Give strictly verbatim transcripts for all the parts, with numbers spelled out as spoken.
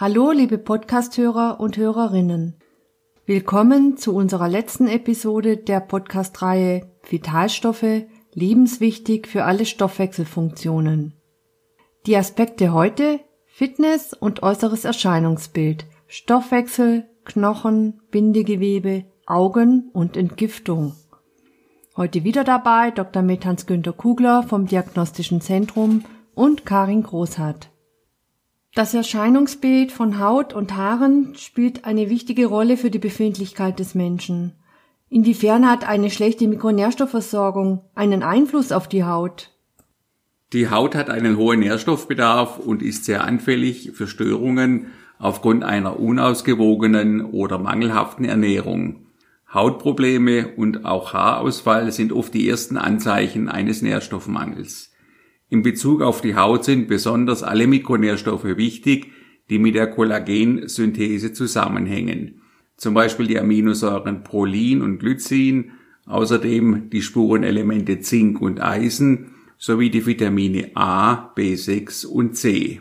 Hallo, liebe Podcast-Hörer und Hörerinnen. Willkommen zu unserer letzten Episode der Podcast-Reihe Vitalstoffe, lebenswichtig für alle Stoffwechselfunktionen. Die Aspekte heute: Fitness und äußeres Erscheinungsbild, Stoffwechsel, Knochen, Bindegewebe, Augen und Entgiftung. Heute wieder dabei Doktor med Hans-Günther Kugler vom Diagnostischen Zentrum und Karin Großhardt. Das Erscheinungsbild von Haut und Haaren spielt eine wichtige Rolle für die Befindlichkeit des Menschen. Inwiefern hat eine schlechte Mikronährstoffversorgung einen Einfluss auf die Haut? Die Haut hat einen hohen Nährstoffbedarf und ist sehr anfällig für Störungen aufgrund einer unausgewogenen oder mangelhaften Ernährung. Hautprobleme und auch Haarausfall sind oft die ersten Anzeichen eines Nährstoffmangels. In Bezug auf die Haut sind besonders alle Mikronährstoffe wichtig, die mit der Kollagensynthese zusammenhängen. Zum Beispiel die Aminosäuren Prolin und Glycin, außerdem die Spurenelemente Zink und Eisen sowie die Vitamine A, B sechs und C.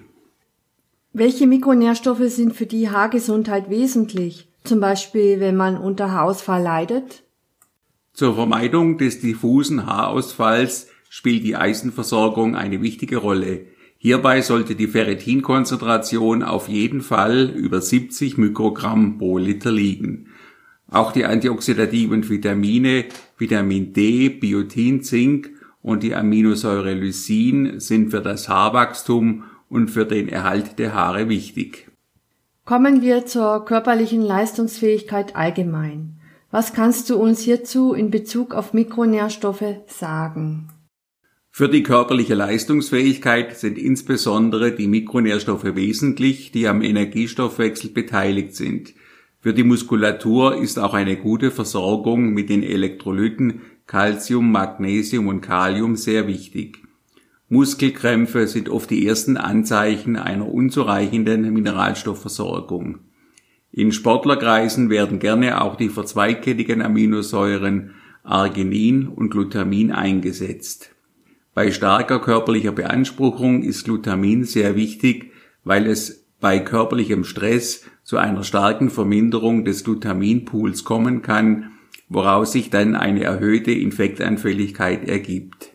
Welche Mikronährstoffe sind für die Haargesundheit wesentlich? Zum Beispiel, wenn man unter Haarausfall leidet? Zur Vermeidung des diffusen Haarausfalls spielt die Eisenversorgung eine wichtige Rolle. Hierbei sollte die Ferritinkonzentration auf jeden Fall über siebzig Mikrogramm pro Liter liegen. Auch die antioxidativen Vitamine, Vitamin D, Biotin, Zink und die Aminosäure Lysin sind für das Haarwachstum und für den Erhalt der Haare wichtig. Kommen wir zur körperlichen Leistungsfähigkeit allgemein. Was kannst du uns hierzu in Bezug auf Mikronährstoffe sagen? Für die körperliche Leistungsfähigkeit sind insbesondere die Mikronährstoffe wesentlich, die am Energiestoffwechsel beteiligt sind. Für die Muskulatur ist auch eine gute Versorgung mit den Elektrolyten Calcium, Magnesium und Kalium sehr wichtig. Muskelkrämpfe sind oft die ersten Anzeichen einer unzureichenden Mineralstoffversorgung. In Sportlerkreisen werden gerne auch die verzweigkettigen Aminosäuren Arginin und Glutamin eingesetzt. Bei starker körperlicher Beanspruchung ist Glutamin sehr wichtig, weil es bei körperlichem Stress zu einer starken Verminderung des Glutaminpools kommen kann, woraus sich dann eine erhöhte Infektanfälligkeit ergibt.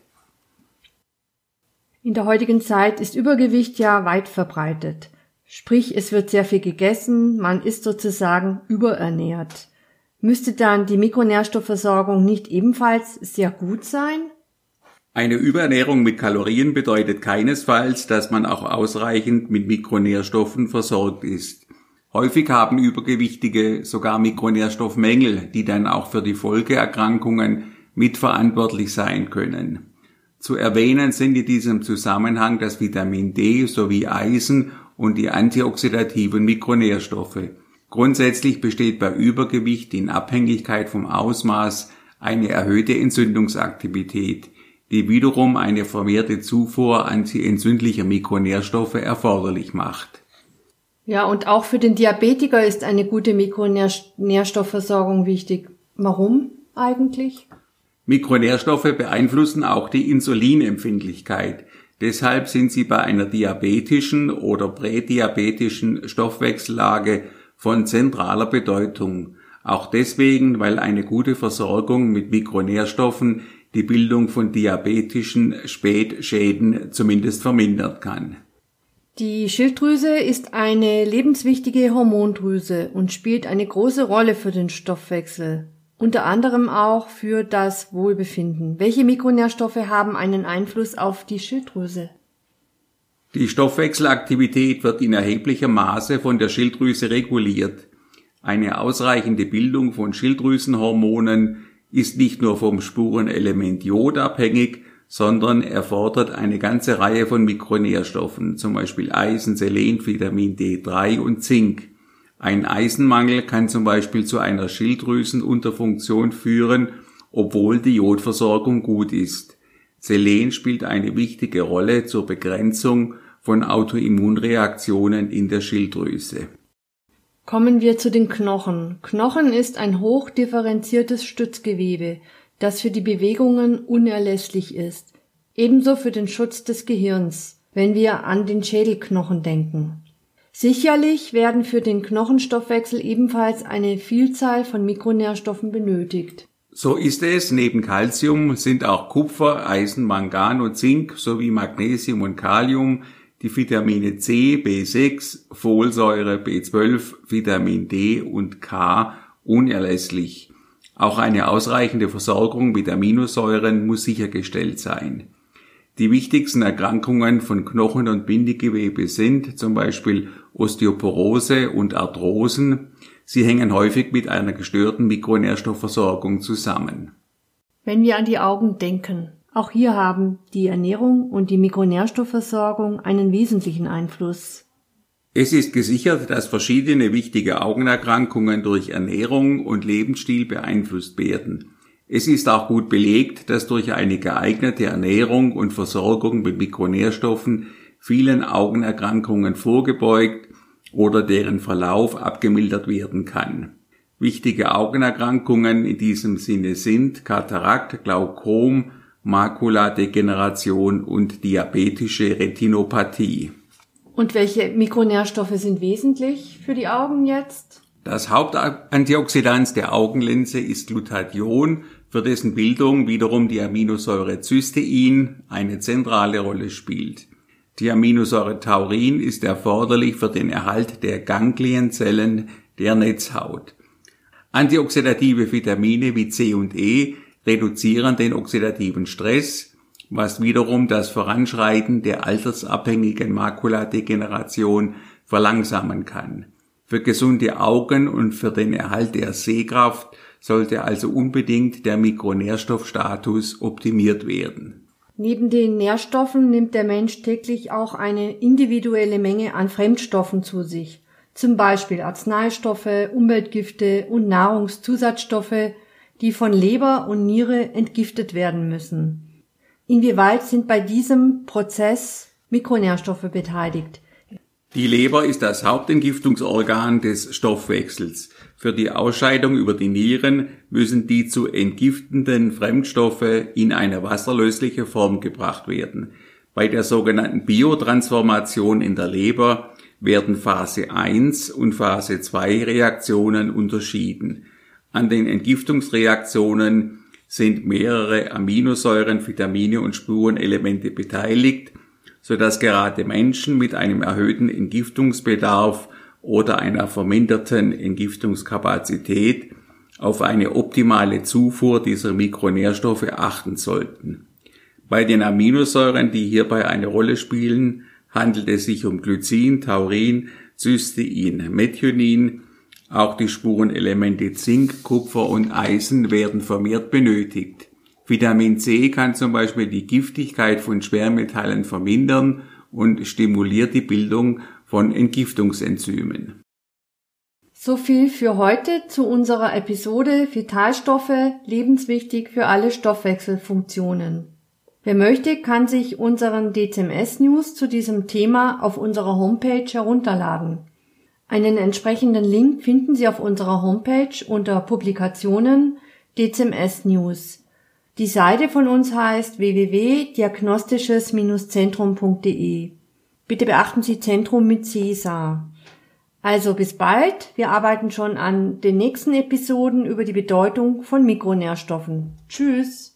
In der heutigen Zeit ist Übergewicht ja weit verbreitet. Sprich, es wird sehr viel gegessen, man ist sozusagen überernährt. Müsste dann die Mikronährstoffversorgung nicht ebenfalls sehr gut sein? Eine Überernährung mit Kalorien bedeutet keinesfalls, dass man auch ausreichend mit Mikronährstoffen versorgt ist. Häufig haben Übergewichtige sogar Mikronährstoffmängel, die dann auch für die Folgeerkrankungen mitverantwortlich sein können. Zu erwähnen sind in diesem Zusammenhang das Vitamin D sowie Eisen und die antioxidativen Mikronährstoffe. Grundsätzlich besteht bei Übergewicht in Abhängigkeit vom Ausmaß eine erhöhte Entzündungsaktivität, die wiederum eine vermehrte Zufuhr antientzündlicher Mikronährstoffe erforderlich macht. Ja, und auch für den Diabetiker ist eine gute Mikronährstoffversorgung wichtig. Warum eigentlich? Mikronährstoffe beeinflussen auch die Insulinempfindlichkeit. Deshalb sind sie bei einer diabetischen oder prädiabetischen Stoffwechsellage von zentraler Bedeutung. Auch deswegen, weil eine gute Versorgung mit Mikronährstoffen die Bildung von diabetischen Spätschäden zumindest vermindern kann. Die Schilddrüse ist eine lebenswichtige Hormondrüse und spielt eine große Rolle für den Stoffwechsel, unter anderem auch für das Wohlbefinden. Welche Mikronährstoffe haben einen Einfluss auf die Schilddrüse? Die Stoffwechselaktivität wird in erheblichem Maße von der Schilddrüse reguliert. Eine ausreichende Bildung von Schilddrüsenhormonen ist nicht nur vom Spurenelement Jod abhängig, sondern erfordert eine ganze Reihe von Mikronährstoffen, zum Beispiel Eisen, Selen, Vitamin D drei und Zink. Ein Eisenmangel kann zum Beispiel zu einer Schilddrüsenunterfunktion führen, obwohl die Jodversorgung gut ist. Selen spielt eine wichtige Rolle zur Begrenzung von Autoimmunreaktionen in der Schilddrüse. Kommen wir zu den Knochen. Knochen ist ein hochdifferenziertes Stützgewebe, das für die Bewegungen unerlässlich ist. Ebenso für den Schutz des Gehirns, wenn wir an den Schädelknochen denken. Sicherlich werden für den Knochenstoffwechsel ebenfalls eine Vielzahl von Mikronährstoffen benötigt. So ist es. Neben Calcium sind auch Kupfer, Eisen, Mangan und Zink sowie Magnesium und Kalium, die Vitamine C, B sechs, Folsäure, B zwölf, Vitamin D und K unerlässlich. Auch eine ausreichende Versorgung mit Aminosäuren muss sichergestellt sein. Die wichtigsten Erkrankungen von Knochen- und Bindegewebe sind zum Beispiel Osteoporose und Arthrosen. Sie hängen häufig mit einer gestörten Mikronährstoffversorgung zusammen. Wenn wir an die Augen denken, auch hier haben die Ernährung und die Mikronährstoffversorgung einen wesentlichen Einfluss. Es ist gesichert, dass verschiedene wichtige Augenerkrankungen durch Ernährung und Lebensstil beeinflusst werden. Es ist auch gut belegt, dass durch eine geeignete Ernährung und Versorgung mit Mikronährstoffen vielen Augenerkrankungen vorgebeugt oder deren Verlauf abgemildert werden kann. Wichtige Augenerkrankungen in diesem Sinne sind Katarakt, Glaukom, Makuladegeneration und diabetische Retinopathie. Und welche Mikronährstoffe sind wesentlich für die Augen jetzt? Das Hauptantioxidant der Augenlinse ist Glutathion, für dessen Bildung wiederum die Aminosäure Cystein eine zentrale Rolle spielt. Die Aminosäure Taurin ist erforderlich für den Erhalt der Ganglienzellen der Netzhaut. Antioxidative Vitamine wie C und E reduzieren den oxidativen Stress, was wiederum das Voranschreiten der altersabhängigen Makuladegeneration verlangsamen kann. Für gesunde Augen und für den Erhalt der Sehkraft sollte also unbedingt der Mikronährstoffstatus optimiert werden. Neben den Nährstoffen nimmt der Mensch täglich auch eine individuelle Menge an Fremdstoffen zu sich, zum Beispiel Arzneistoffe, Umweltgifte und Nahrungszusatzstoffe, die von Leber und Niere entgiftet werden müssen. Inwieweit sind bei diesem Prozess Mikronährstoffe beteiligt? Die Leber ist das Hauptentgiftungsorgan des Stoffwechsels. Für die Ausscheidung über die Nieren müssen die zu entgiftenden Fremdstoffe in eine wasserlösliche Form gebracht werden. Bei der sogenannten Biotransformation in der Leber werden Phase eins und Phase zwei Reaktionen unterschieden. An den Entgiftungsreaktionen sind mehrere Aminosäuren, Vitamine und Spurenelemente beteiligt, sodass gerade Menschen mit einem erhöhten Entgiftungsbedarf oder einer verminderten Entgiftungskapazität auf eine optimale Zufuhr dieser Mikronährstoffe achten sollten. Bei den Aminosäuren, die hierbei eine Rolle spielen, handelt es sich um Glycin, Taurin, Cystein, Methionin. Auch die Spurenelemente Zink, Kupfer und Eisen werden vermehrt benötigt. Vitamin C kann zum Beispiel die Giftigkeit von Schwermetallen vermindern und stimuliert die Bildung von Entgiftungsenzymen. So viel für heute zu unserer Episode Vitalstoffe, lebenswichtig für alle Stoffwechselfunktionen. Wer möchte, kann sich unseren D Z M S-News zu diesem Thema auf unserer Homepage herunterladen. Einen entsprechenden Link finden Sie auf unserer Homepage unter Publikationen D Z M S-News. Die Seite von uns heißt w w w punkt diagnostisches Zentrum punkt d e. Bitte beachten Sie Zentrum mit Cäsar. Also bis bald, wir arbeiten schon an den nächsten Episoden über die Bedeutung von Mikronährstoffen. Tschüss!